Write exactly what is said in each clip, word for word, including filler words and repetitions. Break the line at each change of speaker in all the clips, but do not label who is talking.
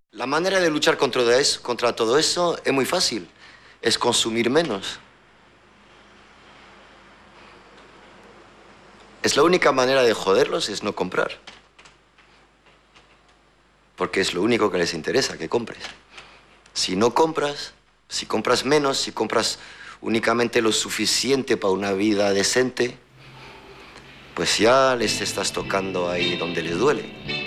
La manera de luchar contra eso, contra todo eso es muy fácil. Es consumir menos. Es la única manera de joderlos, es no comprar. Porque es lo único que les interesa, que compres. Si no compras, si compras menos, si compras únicamente lo suficiente para una vida decente, pues ya les estás tocando ahí donde les duele.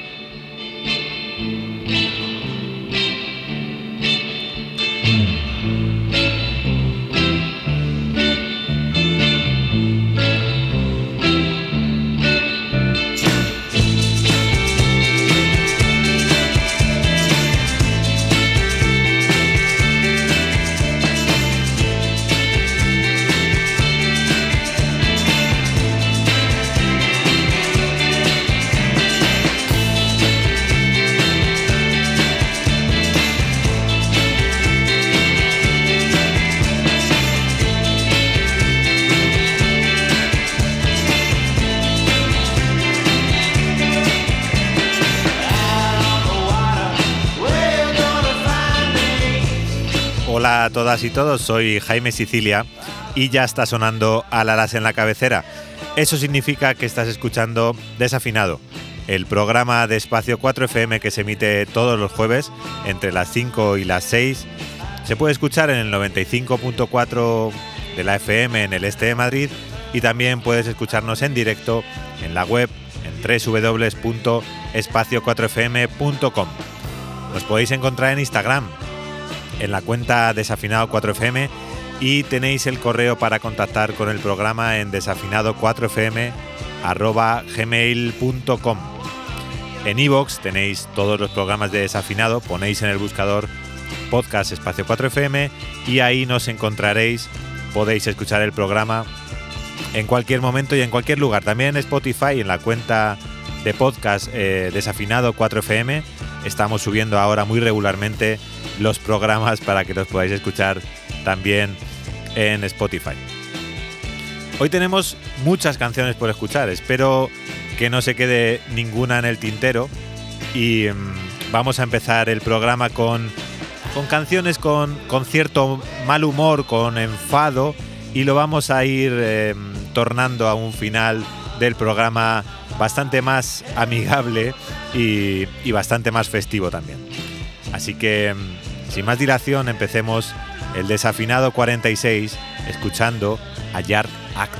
Hola a todas y todos, soy Jaime Sicilia y ya está sonando Alalas en la cabecera. Eso significa que estás escuchando Desafinado, el programa de Espacio cuatro F M que se emite todos los jueves entre las cinco y las seis. Se puede escuchar en el noventa y cinco punto cuatro de la F M en el este de Madrid y también puedes escucharnos en directo en la web en doble u doble u doble u punto espacio cuatro f m punto com. Nos podéis encontrar en Instagram en la cuenta Desafinado cuatro F M y tenéis el correo para contactar con el programa en desafinado cuatro f m arroba gmail punto com. En iVoox tenéis todos los programas de Desafinado, ponéis en el buscador podcast Espacio cuatro F M y ahí nos encontraréis, podéis escuchar el programa en cualquier momento y en cualquier lugar. También en Spotify, en la cuenta de podcast eh, Desafinado cuatro F M, estamos subiendo ahora muy regularmente los programas para que los podáis escuchar también en Spotify. Hoy tenemos muchas canciones por escuchar, espero que no se quede ninguna en el tintero y mmm, vamos a empezar el programa con, con canciones con, con cierto mal humor, con enfado, y lo vamos a ir eh, tornando a un final del programa bastante más amigable y, y bastante más festivo también. Así que sin más dilación, empecemos el Desafinado cuarenta y seis escuchando a Yard Act.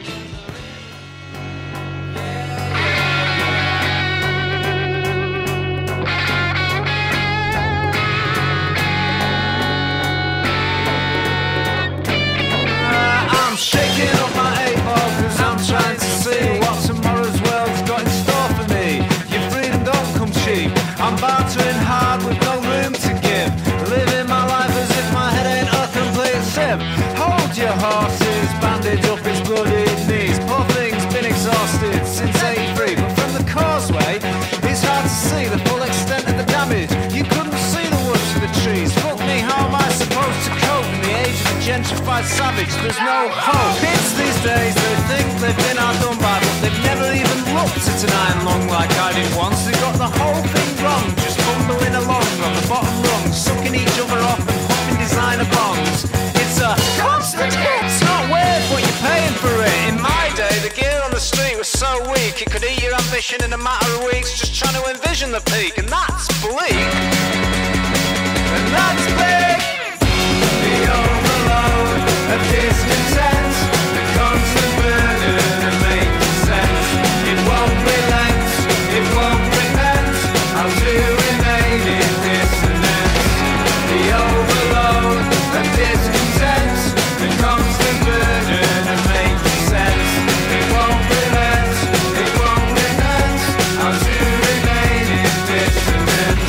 Hold your horses, bandage up its bloody knees. Poor thing's been exhausted since eighty-three, but from the causeway it's hard to see the full extent of the damage. You couldn't see the woods for the trees. Fuck me, how am I supposed to cope in the age of the gentrified savage? There's no hope. Kids these days, they think they've been outdone by, but they've never even looked at an iron lung like I did once. They got the whole thing wrong, just bumbling along on the bottom rung, sucking each other off and popping designer bongs. It's a constant hit, it's not worth what you're paying for it. In my day, the gear on the street was so weak, it could eat your ambition in a matter of weeks, just trying to envision the peak, and that's bleak. And that's big. The overload of discontent, the constant burden of making sense. It won't relent, it won't repent, how to remain in dissonance. The overload of discontent, the constant burden of making sense. It won't relent, it won't repent, how to remain in dissonance.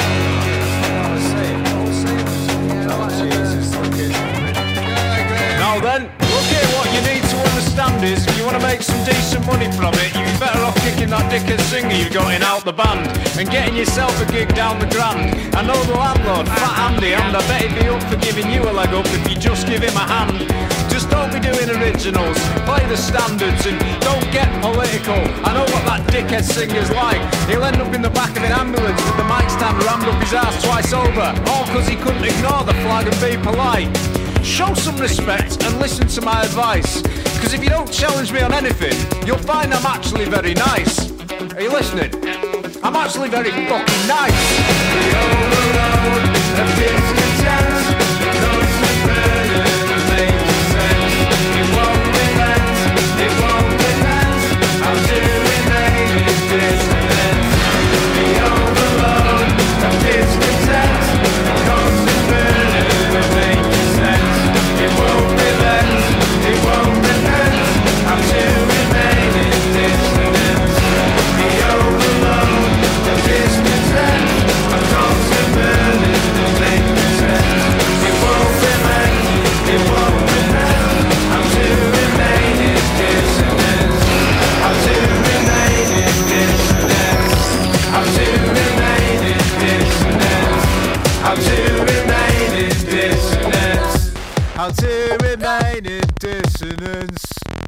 Now then, look here, what you need to understand is, if you want to make some decent money from it, you'd be better off kicking that dickhead singer you've got in out the band and getting yourself a gig down the Grand. I know the landlord, Fat Andy, and I bet he'd be up for giving you a leg up if you just give him a hand. Just don't be doing originals, play the standards and don't get political. I know what that dickhead singer's like. He'll end up in the back of an ambulance with the mic stand rammed up his his ass twice over, all cause he couldn't ignore the flag and be polite. Show some respect and listen to my advice, cause if you don't challenge me on anything, you'll find I'm actually very nice. Are you listening? I'm actually very fucking nice. The overload of discontent, the constant burden of making sense. It won't relent, it won't relent. I'm doing native dissonance. The overload of discontent, the constant burden of making sense. It won't relent, it won't relent. I'm doing native dissonance. The overload of discontent, the constant burden of making sense. It won't relent, it won't relent. I'm doing native dissonance. I'm doing native dissonance. I'm doing native dissonance. I'm doing native dissonance. I'm doing native dissonance.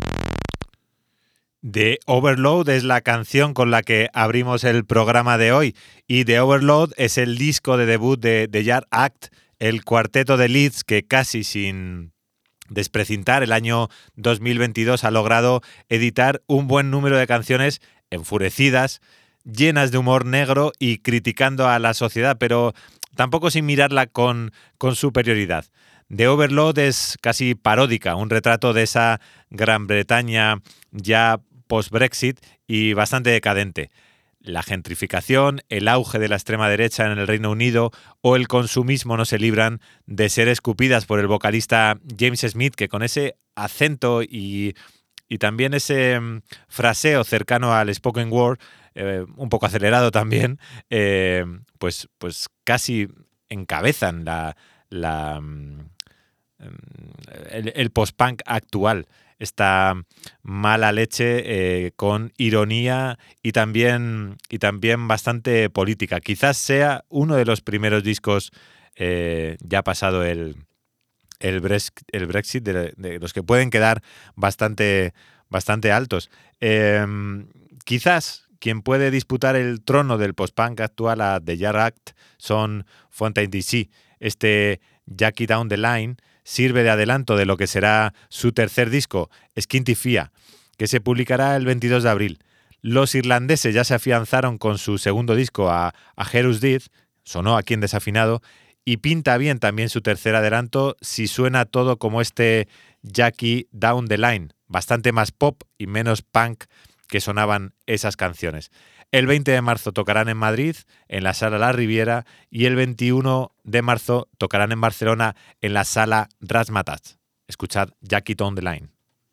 The Overload es la canción con la que abrimos el programa de hoy y The Overload es el disco de debut de The Yard Act, el cuarteto de Leeds que casi sin desprecintar el año dos mil veintidós ha logrado editar un buen número de canciones enfurecidas, llenas de humor negro y criticando a la sociedad, pero tampoco sin mirarla con, con superioridad. The Overload es casi paródica, un retrato de esa Gran Bretaña ya post-Brexit y bastante decadente. La gentrificación, el auge de la extrema derecha en el Reino Unido o el consumismo no se libran de ser escupidas por el vocalista James Smith, que con ese acento y, y también ese um, fraseo cercano al spoken word, eh, un poco acelerado también, eh, pues, pues casi encabezan la, la, um, el, el post-punk actual. Esta mala leche eh, con ironía y también, y también bastante política. Quizás sea uno de los primeros discos eh, ya pasado el, el, Brexit, el Brexit de, de los que pueden quedar bastante, bastante altos. Eh, quizás quien puede disputar el trono del post-punk actual a The Yard Act son Fontaine D C. Este Jackie Down the Line sirve de adelanto de lo que será su tercer disco, Skinty Fia, que se publicará el veintidós de abril. Los irlandeses ya se afianzaron con su segundo disco a, a Herus Did, sonó aquí en Desafinado, y pinta bien también su tercer adelanto si suena todo como este Jackie Down the Line, bastante más pop y menos punk que sonaban esas canciones. El veinte de marzo tocarán en Madrid, en la Sala La Riviera, y el veintiuno de marzo tocarán en Barcelona, en la Sala Razzmatazz. Escuchad Jackie Down the Line.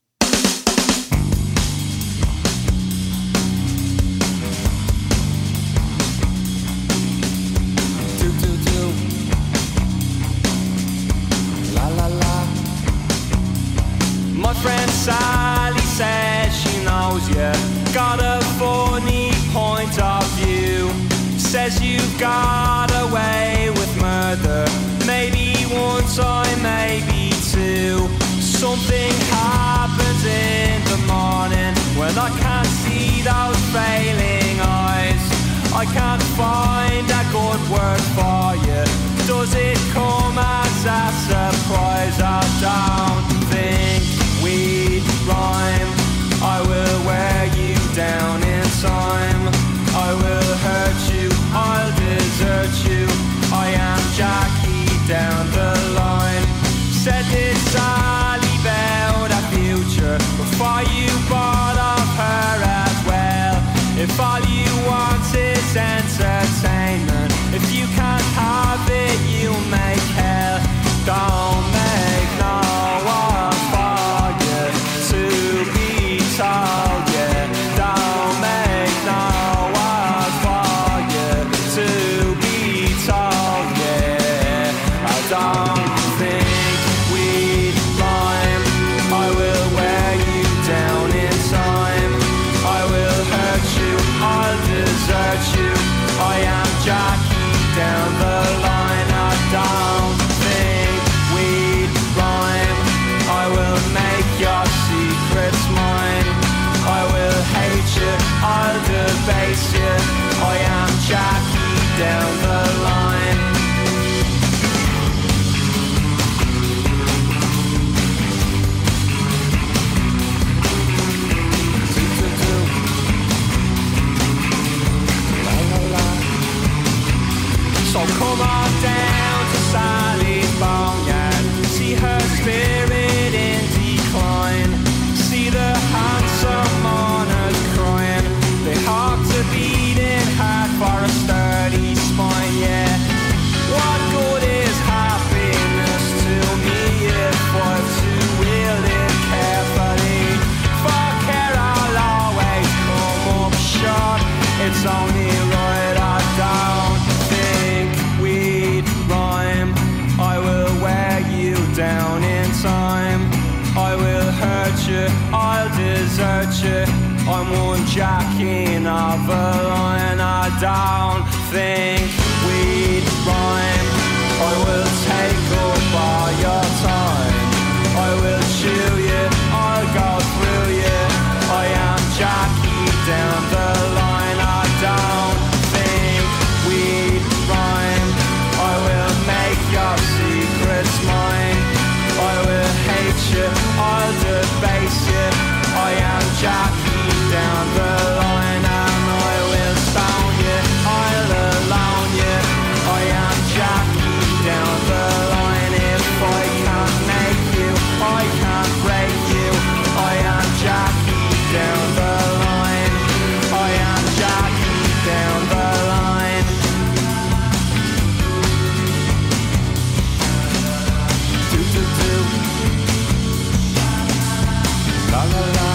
La, la, la. My friend Sally says she knows you got a funny point of view. Says you've got away with murder. Maybe one time, maybe two. Something happens in the morning when I can't see those failing eyes. I can't find a good word for you. Does it come as a surprise? I don't think we'd rhyme. I will wear you down in time. I will hurt you, I'll desert you. I am Jackie down the line. Said this Sally about a future before you bought off her as well. If all you want is entertainment, if you So come on down to Sally's Boneyard, see her spirit in decline, see the handsome mourners crying, their hearts are beating hard for a sturdy spine, yeah. What good is happiness to me if I've to wield it carefully? For care I'll always come up short, it's only right I don't think we'd rhyme. I will wear you down in time, I will hurt you, I'll desert you, I'm one jacking of a line. I don't think we'd rhyme. I will take up all your time, I will chew you, I'll go through you, I am Jackie down the line. I don't think we'd rhyme. I will make your secrets mine, I will hate you, I'll debase you, I am Jackie down the line. And I will stone you, I'll alone you, I am Jackie down the line. If I can't make you, I can't break you, I am Jackie down the line, I am Jackie down the line. Do do do, la la la.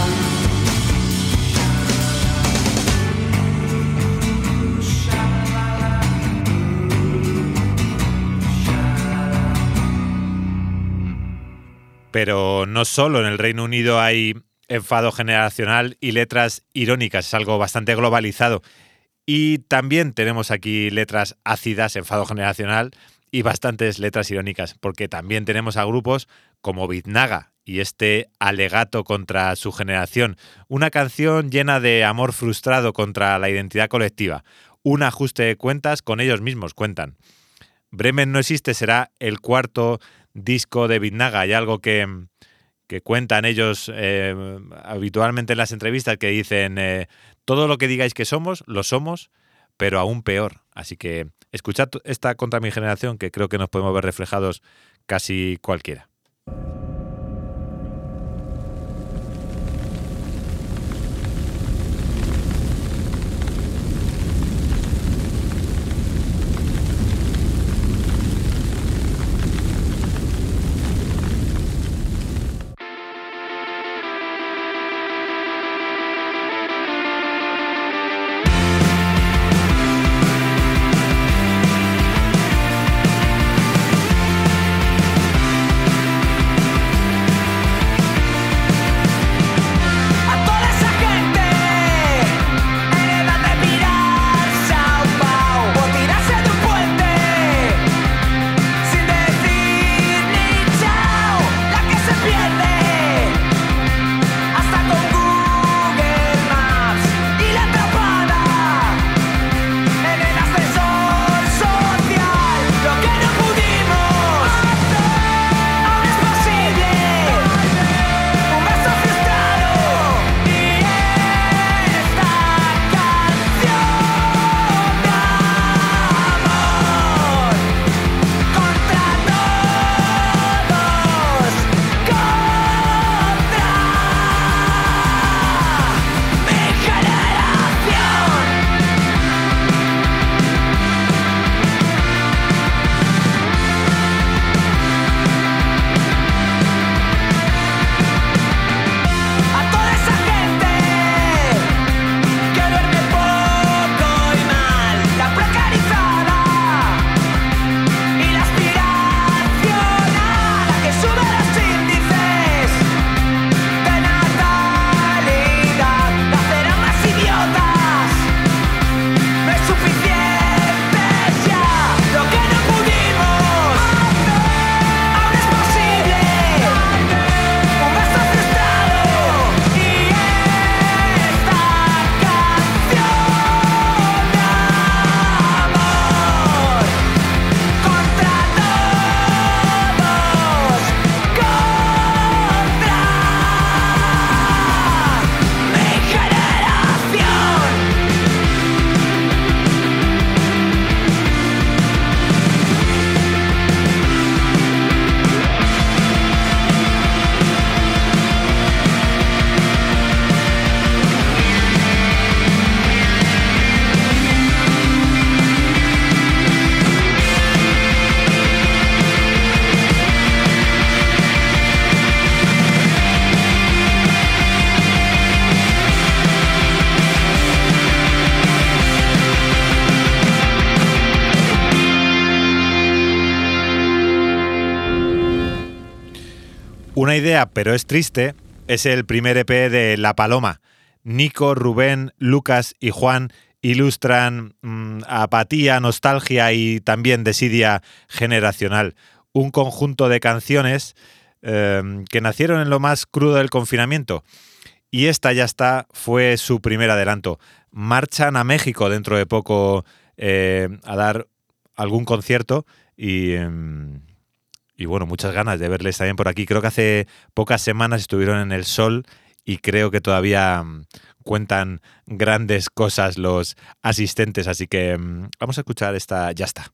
Pero no solo en el Reino Unido hay enfado generacional y letras irónicas, es algo bastante globalizado. Y también tenemos aquí letras ácidas, enfado generacional y bastantes letras irónicas, porque también tenemos a grupos como Biznaga y este alegato contra su generación, una canción llena de amor frustrado contra la identidad colectiva, un ajuste de cuentas con ellos mismos, cuentan. Bremen no existe será el cuarto disco de Biznaga. Hay algo que, que cuentan ellos eh, habitualmente en las entrevistas, que dicen eh, todo lo que digáis que somos, lo somos, pero aún peor. Así que escuchad esta Contra mi generación, que creo que nos podemos ver reflejados casi cualquiera.
I
Una idea, pero es triste, es el primer E P de La Paloma. Nico, Rubén, Lucas y Juan ilustran mmm, apatía, nostalgia y también desidia generacional. Un conjunto de canciones eh, que nacieron en lo más crudo del confinamiento. Y esta ya está, fue su primer adelanto. Marchan a México dentro de poco eh, a dar algún concierto y... Eh, Y bueno, muchas ganas de verles también por aquí. Creo que hace pocas semanas estuvieron en El Sol y creo que todavía cuentan grandes cosas los asistentes. Así que vamos a escuchar esta Ya está.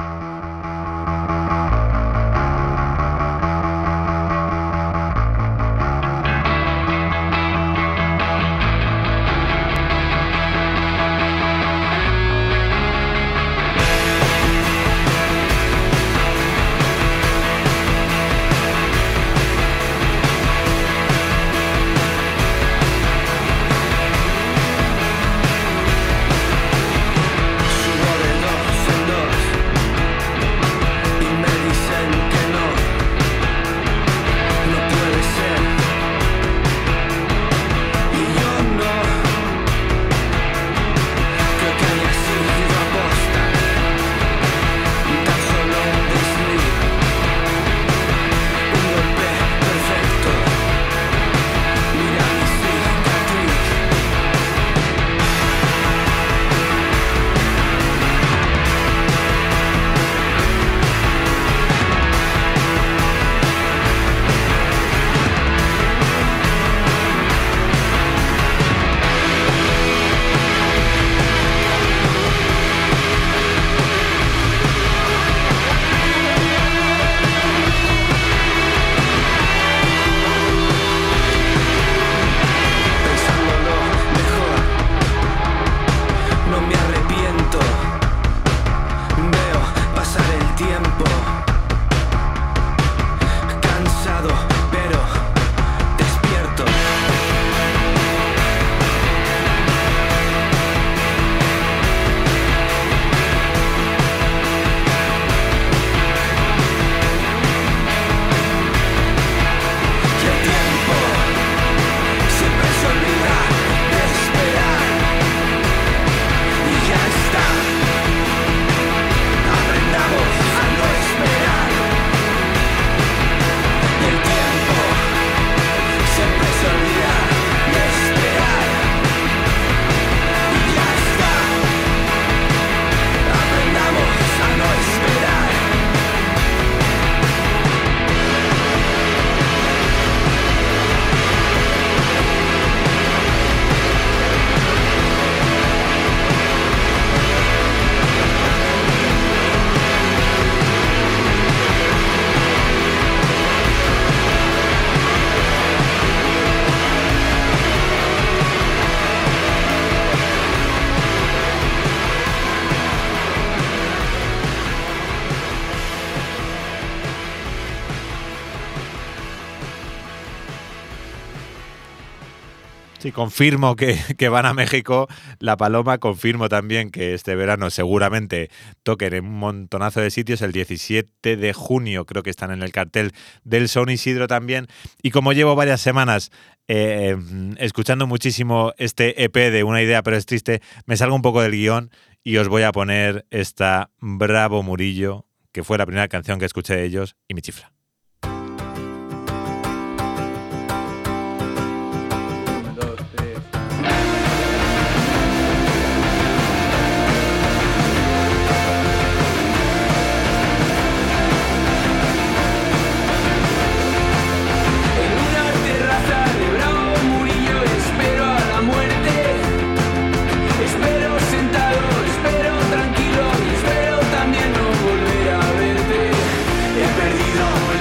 Sí, confirmo que, que van a México. La Paloma, confirmo también que este verano seguramente toquen en un montonazo de sitios. El diecisiete de junio creo que están en el cartel del Son Isidro también. Y como llevo varias semanas eh, escuchando muchísimo este E P de Una idea pero es triste, me salgo un poco del guión y os voy a poner esta Bravo Murillo, que fue la primera canción que escuché de ellos y me chifla.
He perdido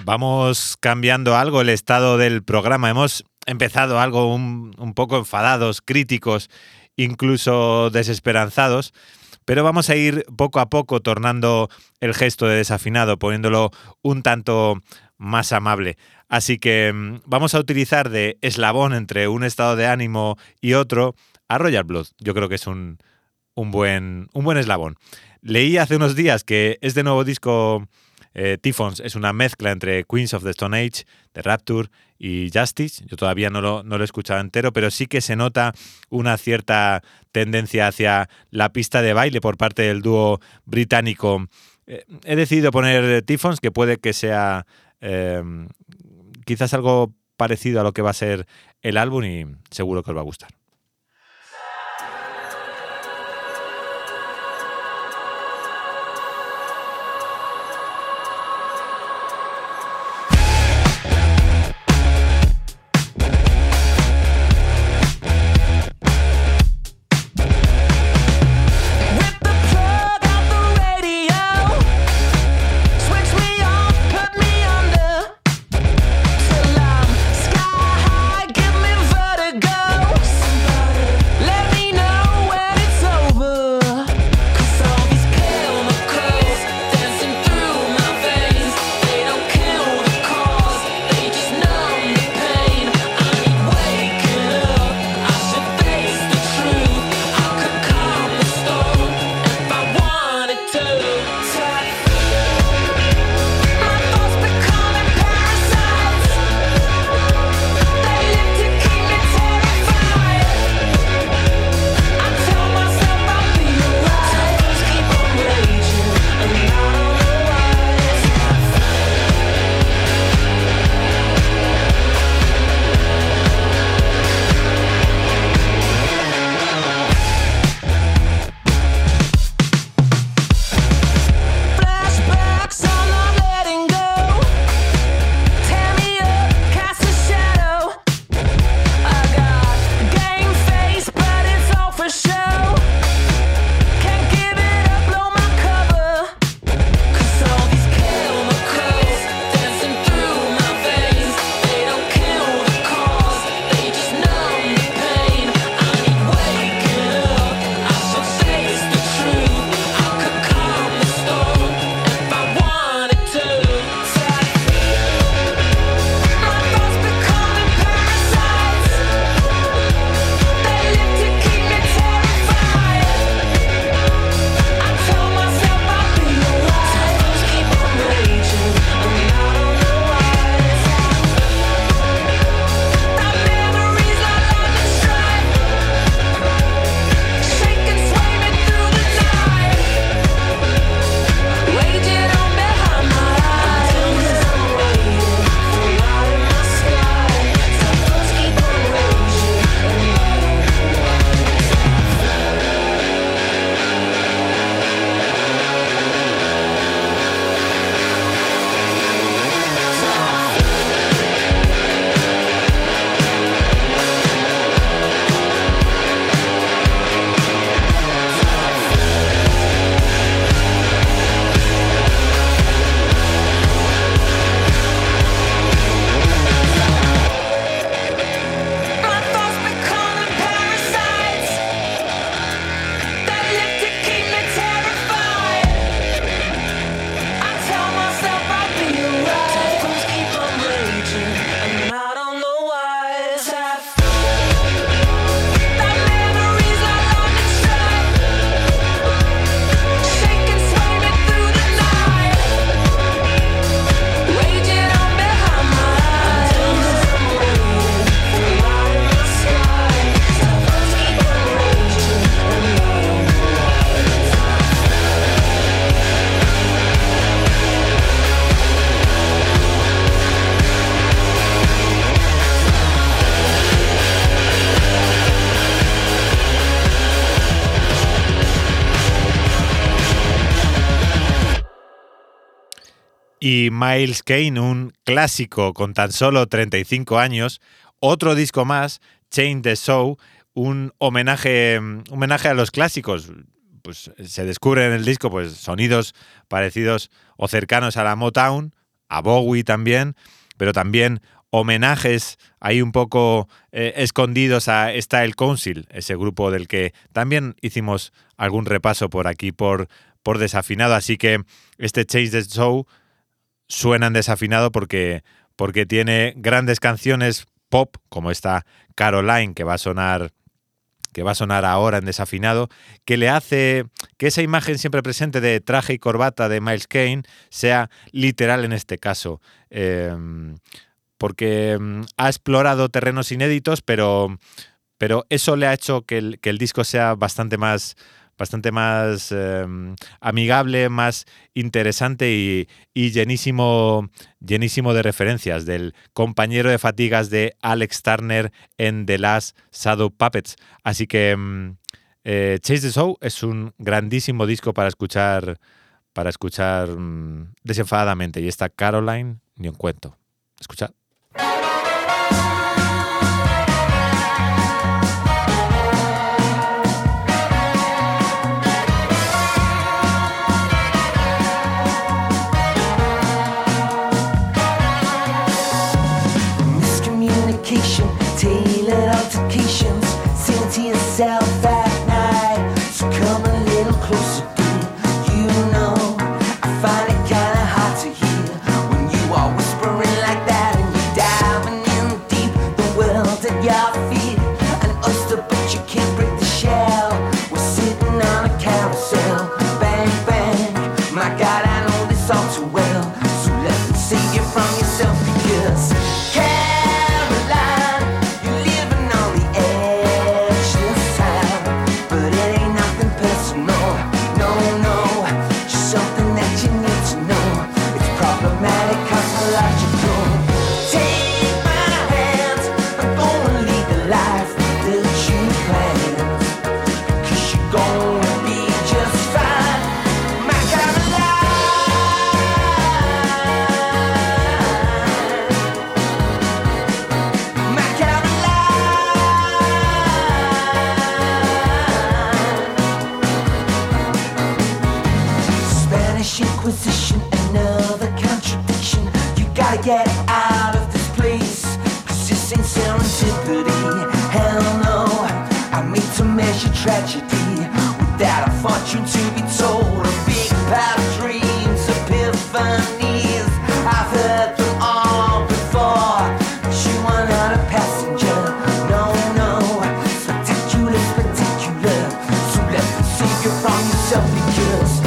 Vamos cambiando algo el estado del programa. Hemos empezado algo un, un poco enfadados, críticos, incluso desesperanzados, pero vamos a ir poco a poco tornando el gesto de desafinado, poniéndolo un tanto más amable. Así que vamos a utilizar de eslabón entre un estado de ánimo y otro a Royal Blood. Yo creo que es un, un, buen, un buen eslabón. Leí hace unos días que este nuevo disco, eh, Typhons, es una mezcla entre Queens of the Stone Age, The Rapture y Justice. Yo todavía no lo, no lo he escuchado entero, pero sí que se nota una cierta tendencia hacia la pista de baile por parte del dúo británico. Eh, he decidido poner Typhons, que puede que sea eh, quizás algo parecido a lo que va a ser el álbum y seguro que os va a gustar. Y Miles Kane, un clásico con tan solo treinta y cinco años, otro disco más, Change the Show, un homenaje, un homenaje a los clásicos. Pues se descubre en el disco pues sonidos parecidos o cercanos a la Motown, a Bowie también, pero también homenajes ahí un poco eh, escondidos a Style Council, ese grupo del que también hicimos algún repaso por aquí por, por Desafinado. Así que este Change the Show suena en desafinado porque, porque tiene grandes canciones pop, como esta Caroline, que va a sonar que va a sonar ahora en desafinado, que le hace que esa imagen siempre presente de traje y corbata de Miles Kane sea literal en este caso. Eh, porque ha explorado terrenos inéditos, pero, pero eso le ha hecho que el, que el disco sea bastante más, bastante más eh, amigable, más interesante y, y llenísimo, llenísimo de referencias del compañero de fatigas de Alex Turner en The Last Shadow Puppets. Así que eh, Chase the Show es un grandísimo disco para escuchar, para escuchar mmm, desenfadadamente. Y esta Caroline, ni un cuento. Escuchad.
Tailored altercations, sing to yourself at night. So come a little closer, dear. You know I find it kinda hard to hear when you are whispering like that and you're diving in deep. The world at your feet, an oyster, but you can't break the shell. We're sitting on a carousel, bang bang. My God, I know this all too well. So let me save you from yourself because. Get out of this place, 'cause this ain't serendipity. Hell no, I made to measure tragedy without a fortune to be told. A big pile of dreams, epiphanies, I've heard them all before, but you are not a passenger. No, no, spectacular, spectacular. So let me save you from yourself because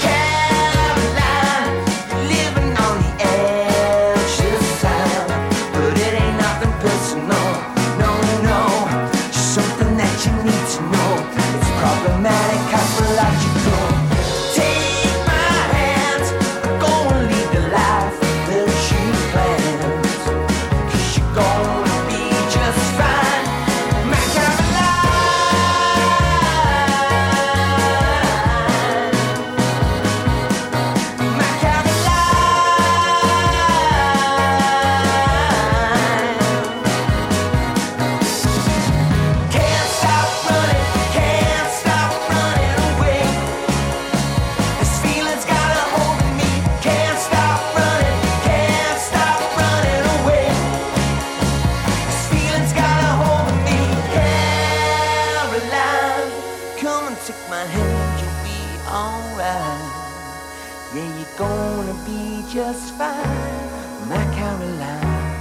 just fine, my Caroline.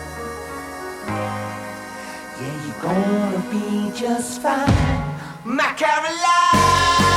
Yeah, you're gonna be just fine, my Caroline.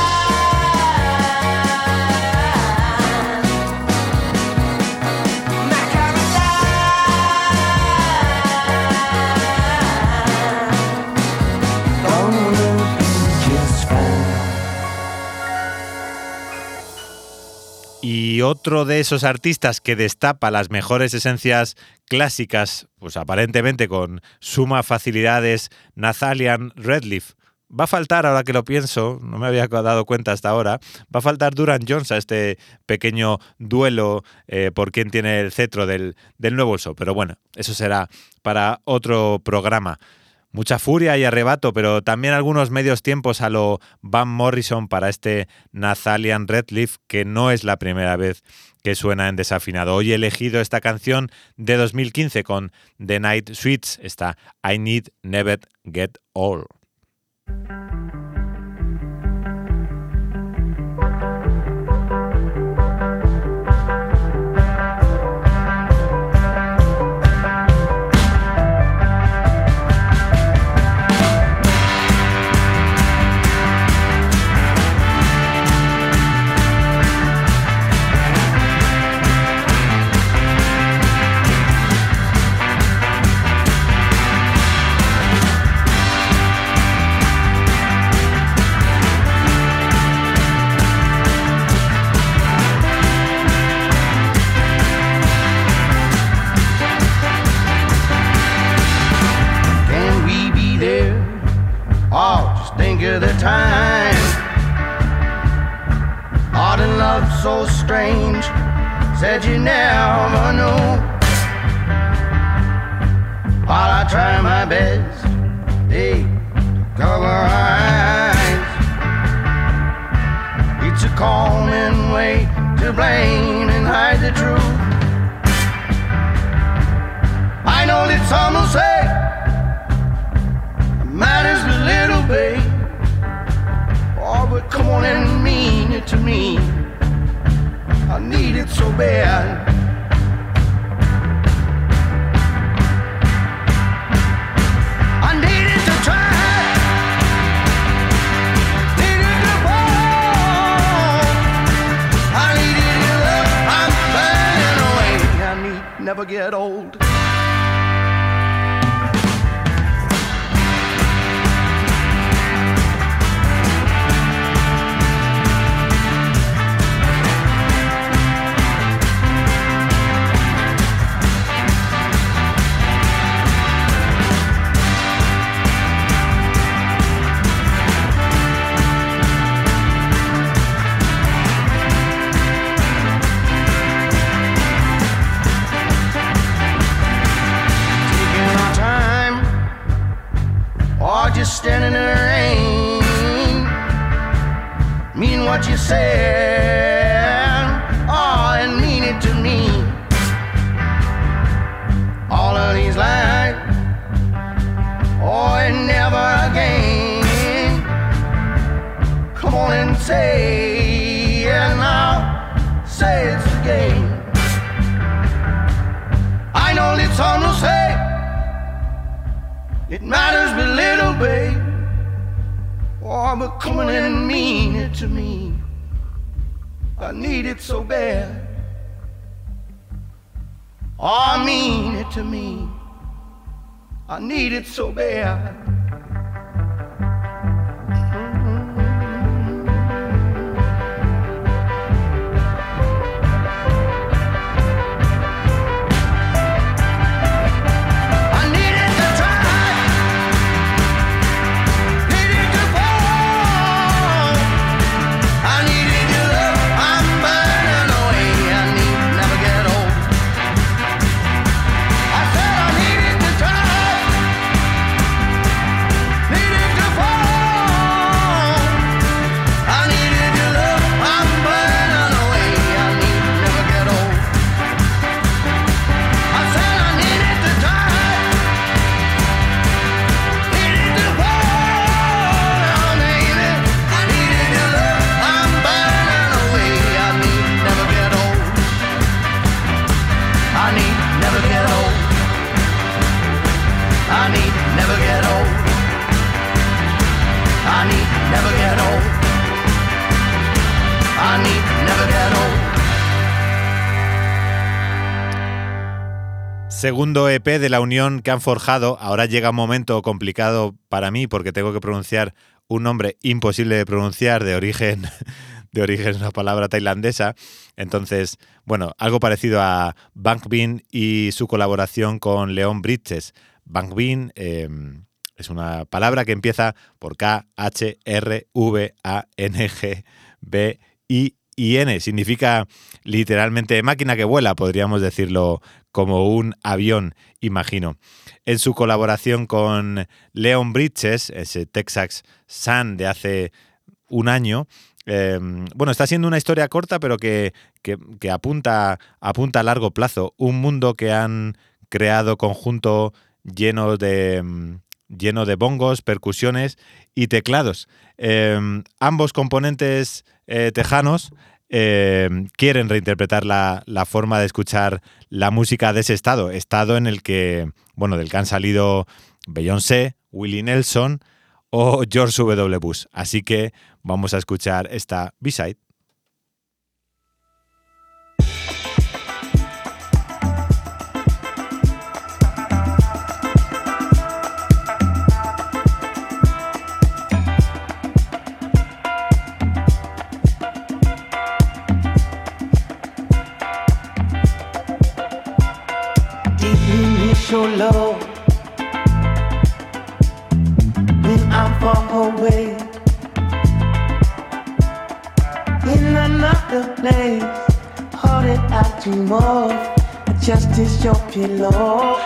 Y otro de esos artistas que destapa las mejores esencias clásicas, pues aparentemente con suma facilidad, es Nathaniel Rateliff. Va a faltar, ahora que lo pienso, no me había dado cuenta hasta ahora, va a faltar Duran Jones a este pequeño duelo eh, por quién tiene el cetro del, del nuevo show. Pero bueno, eso será para otro programa. Mucha furia y arrebato, pero también algunos medios tiempos a lo Van Morrison para este Nathaniel Rateliff, que no es la primera vez que suena en desafinado. Hoy he elegido esta canción de dos mil quince con The Night Sweets, esta I Need Never Get Old.
The time art and love so strange, said you never know. While I try my best, hey, to cover eyes, it's a common way to blame and hide the truth. I know that some will say matters but little, babe. Oh, but come on and mean it to me. I need it so bad. I need it to try. Need it to fall. I need it to love. I'm burning away. I need never get old. Just standing in the rain, mean what you said, oh, and mean it to me. All of these lies, oh, and never again. Come on and say, and I'll say it's again. I know that some will say it matters but little, babe. Oh, but come on and mean it to me. I need it so bad. Oh, mean it to me. I need it so bad.
Segundo E P de la unión que han forjado. Ahora llega un momento complicado para mí porque tengo que pronunciar un nombre imposible de pronunciar de origen, de origen una palabra tailandesa. Entonces, bueno, algo parecido a Bang Bin y su colaboración con Leon Bridges. Bang Bin eh, es una palabra que empieza por K, H, R, V, A, N, G, B, I, y N significa literalmente máquina que vuela, podríamos decirlo como un avión, imagino. En su colaboración con Leon Bridges, ese Texas Sun de hace un año, eh, bueno, está siendo una historia corta, pero que, que, que apunta, apunta a largo plazo. Un mundo que han creado conjunto lleno de, lleno de bongos, percusiones y teclados. Eh, ambos componentes eh, tejanos eh, quieren reinterpretar la, la forma de escuchar la música de ese estado, estado en el que, bueno, del que han salido Beyoncé, Willie Nelson o George W. Bush. Así que vamos a escuchar esta B-side.
So low when I'm far away in another place, holding out to more, just as your pillow,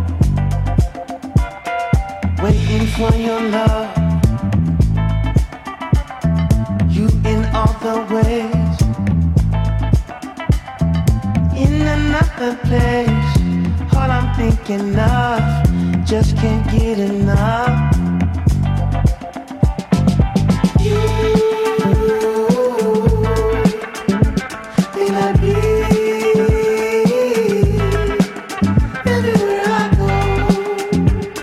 waiting for your love. You in all the ways, in another place. All I'm thinking of, just can't get enough. You, will I be everywhere I go?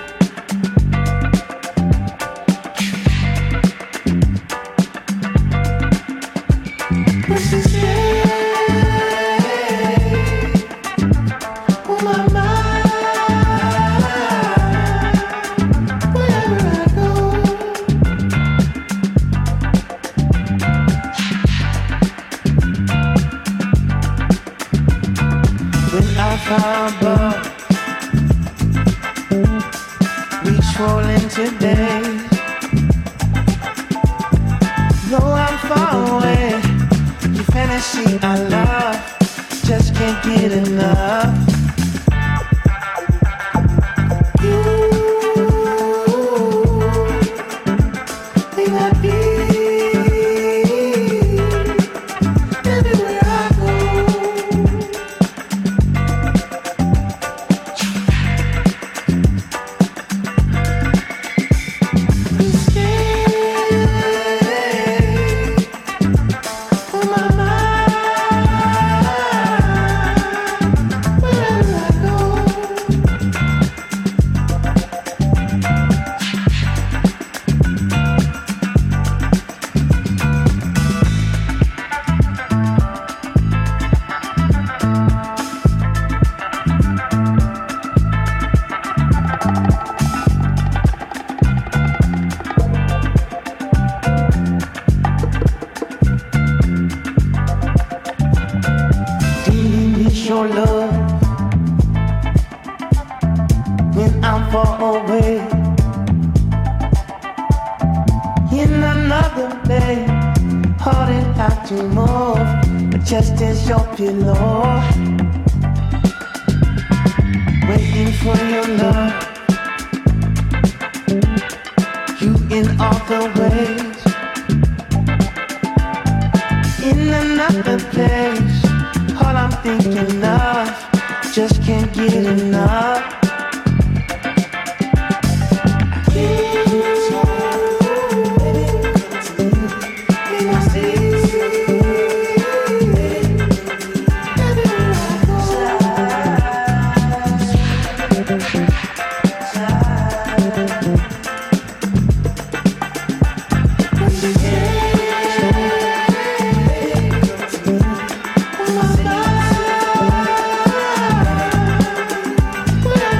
What's to say? Oh my mind. Above, reach falling today. Though I'm far away, your fantasy I love, just can't get enough. You, will I be everywhere I go? Your love when I'm far away in another day, holding out to move, just as your pillow, waiting for your love. You in all the ways, in another place. All I'm thinking of, just can't get enough. Where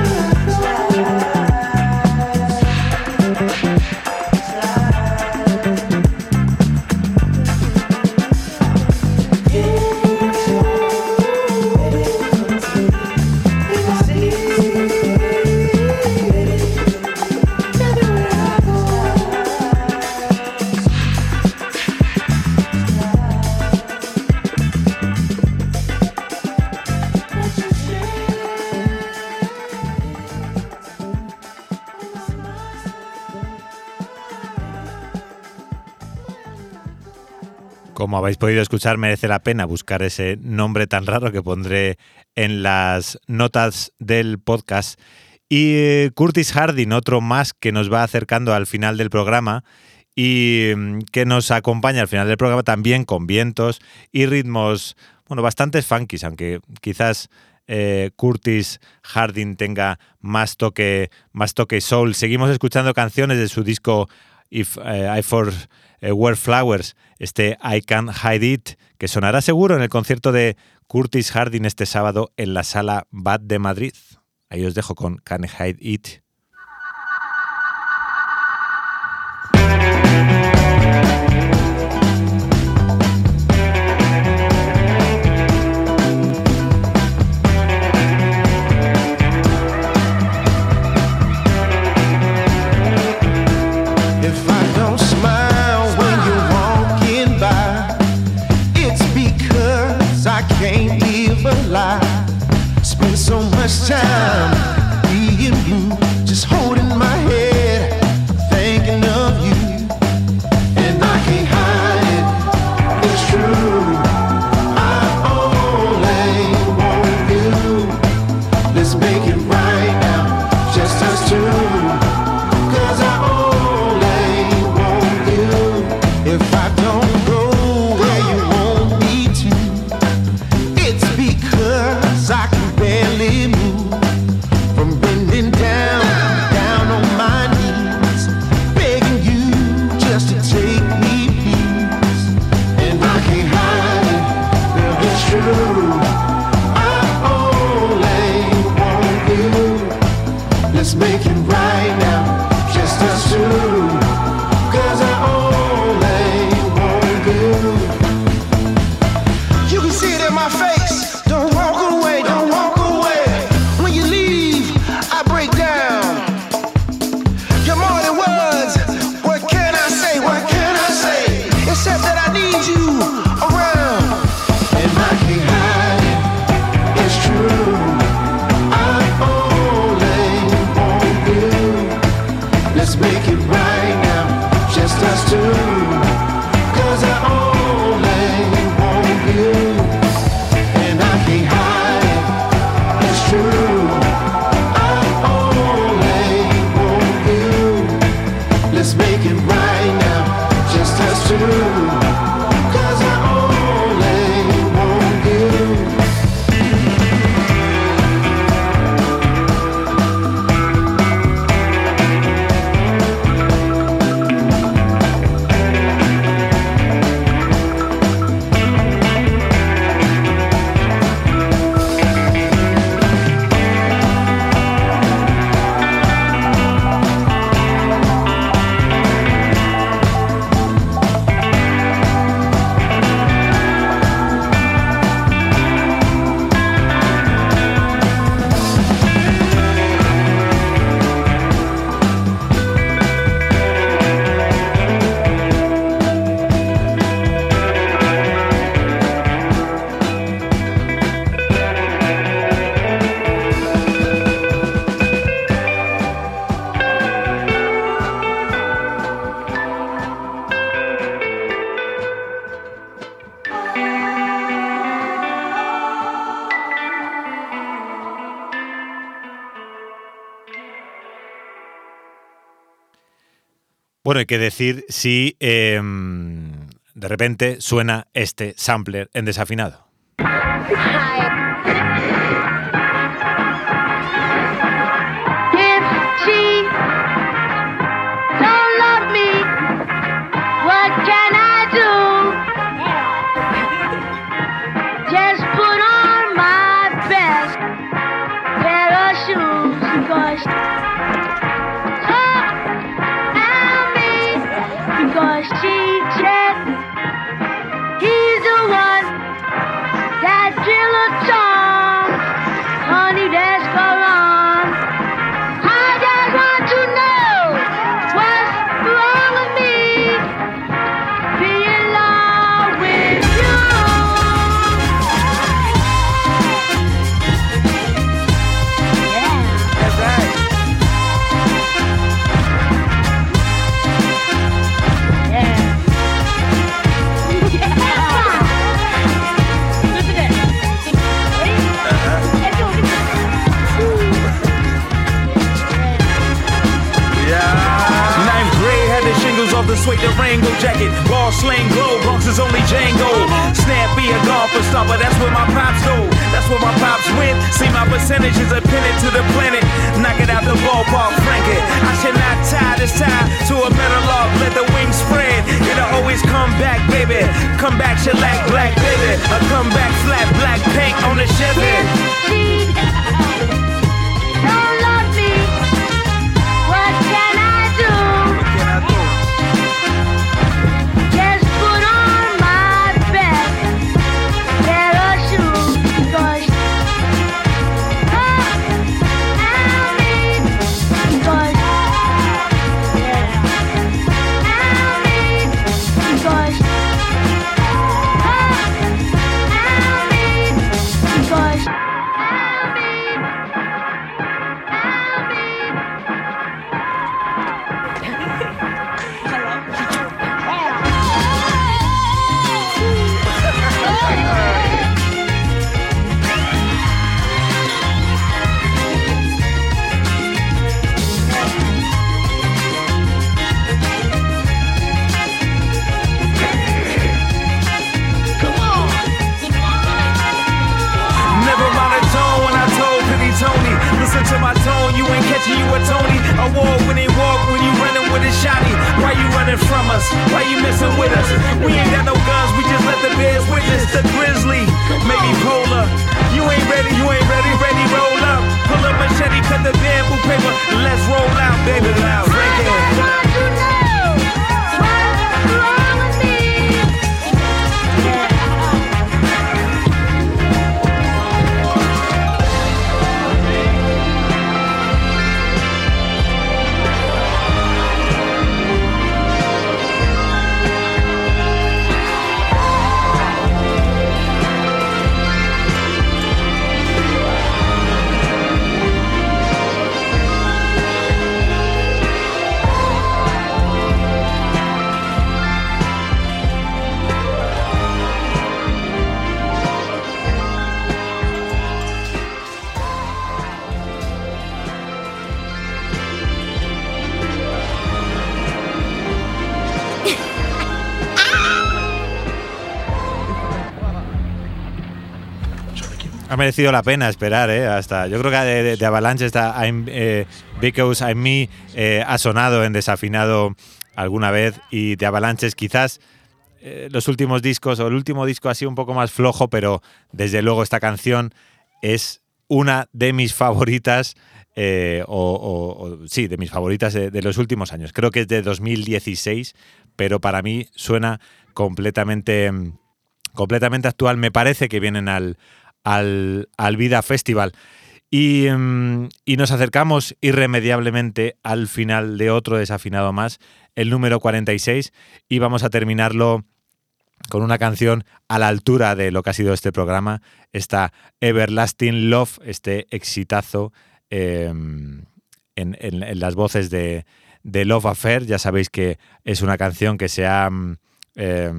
Como habéis podido escuchar, merece la pena buscar ese nombre tan raro que pondré en las notas del podcast. Y eh, Curtis Harding, otro más que nos va acercando al final del programa y mm, que nos acompaña al final del programa también con vientos y ritmos, bueno, bastantes funkies, aunque quizás eh, Curtis Harding tenga más toque, más toque soul. Seguimos escuchando canciones de su disco If uh, I For uh, Were Flowers, este I Can't Hide It, que sonará seguro en el concierto de Curtis Harding este sábado en la Sala B A T de Madrid. Ahí os dejo con Can't Hide It.
So much time being blue, just holding my head, thinking of you, and I can't hide it, it's true, I only want you, let's make it right now, just us two, cause I only want you, if I don't go where you want me to, it's because I can barely move from bending down, down on my knees, begging you just to take me, please. And I can't hide it, well, it's true, I only want you. Let's make it right now, just us two, cause I only want you. You can see it in my face, don't walk away, don't walk away. When you leave, I break down. You're more than words, what can I say, what can I say? Except that I need you around. And I can't hide it, it's true, I only want you. Let's make it right now, just us two, cause I only want you. And I can't hide it, it's true, I only want you. Let's make it right now, just us two, cause I only want you.
Bueno, hay que decir si eh, de repente suena este sampler en desafinado.
She said he's the one that drilled suede the Rango jacket, ball sling glow, Bronx is only Django. Snap be a golfer stopper, that's where my pops go. That's where my pops went. See my percentages are pinned to the planet. Knock it out the ballpark, frank it. I should not tie this tie to a metal log. Let the wings spread. It'll always come back, baby. Come back, shellac, black, baby. I come back flat, black paint on the Chevy.
Don't love me. What can I do?
What can I do?
Just put on my best pair of shoes. Cause oh, I mean, cause yeah, I mean, cause oh, I mean, cause
Never mind the tone when I told Penny Tony. Listen to my tone, you ain't catching you a Tony. Award-winning walk when you running with a shotty. Why you running from us? Why you messing with us? We ain't got no guns, we just let the bears witness. The grizzly, maybe polar. You ain't ready, you ain't ready, ready, roll up. Pull up machete, cut the bamboo paper. Let's roll out, baby, loud. Frank it.
want to know what's wrong with me. Yeah.
Ha merecido la pena esperar, ¿eh? Hasta, yo creo que de, de, de Avalanche está I'm, eh, Because I'm Me eh, ha sonado en desafinado alguna vez, y de Avalanches quizás eh, los últimos discos o el último disco ha sido un poco más flojo, pero desde luego esta canción es una de mis favoritas, eh, o, o, o sí, de mis favoritas de, de los últimos años. Creo que es de dos mil dieciséis, pero para mí suena completamente, completamente actual. Me parece que vienen al Al, al Vida Festival. Y, um, y nos acercamos irremediablemente al final de otro desafinado más, el número cuarenta y seis, y vamos a terminarlo con una canción a la altura de lo que ha sido este programa, esta Everlasting Love, este exitazo eh, en, en, en las voces de, de Love Affair. Ya sabéis que es una canción que se ha... Eh,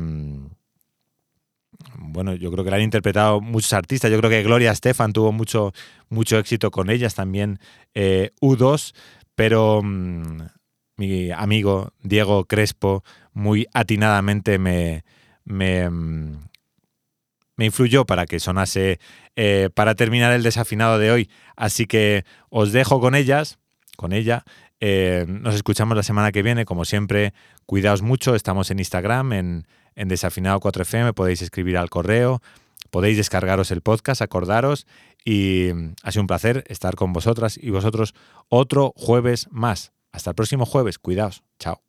bueno, yo creo que la han interpretado muchos artistas. Yo creo que Gloria Estefan tuvo mucho, mucho éxito con ellas, también eh, U dos, pero mmm, mi amigo Diego Crespo muy atinadamente me, me, me influyó para que sonase eh, para terminar el desafinado de hoy. Así que os dejo con ellas, con ella. Eh, nos escuchamos la semana que viene. Como siempre, cuidaos mucho. Estamos en Instagram, en En Desafinado cuatro F M, podéis escribir al correo, podéis descargaros el podcast, acordaros, y ha sido un placer estar con vosotras y vosotros otro jueves más. Hasta el próximo jueves, cuidaos, chao.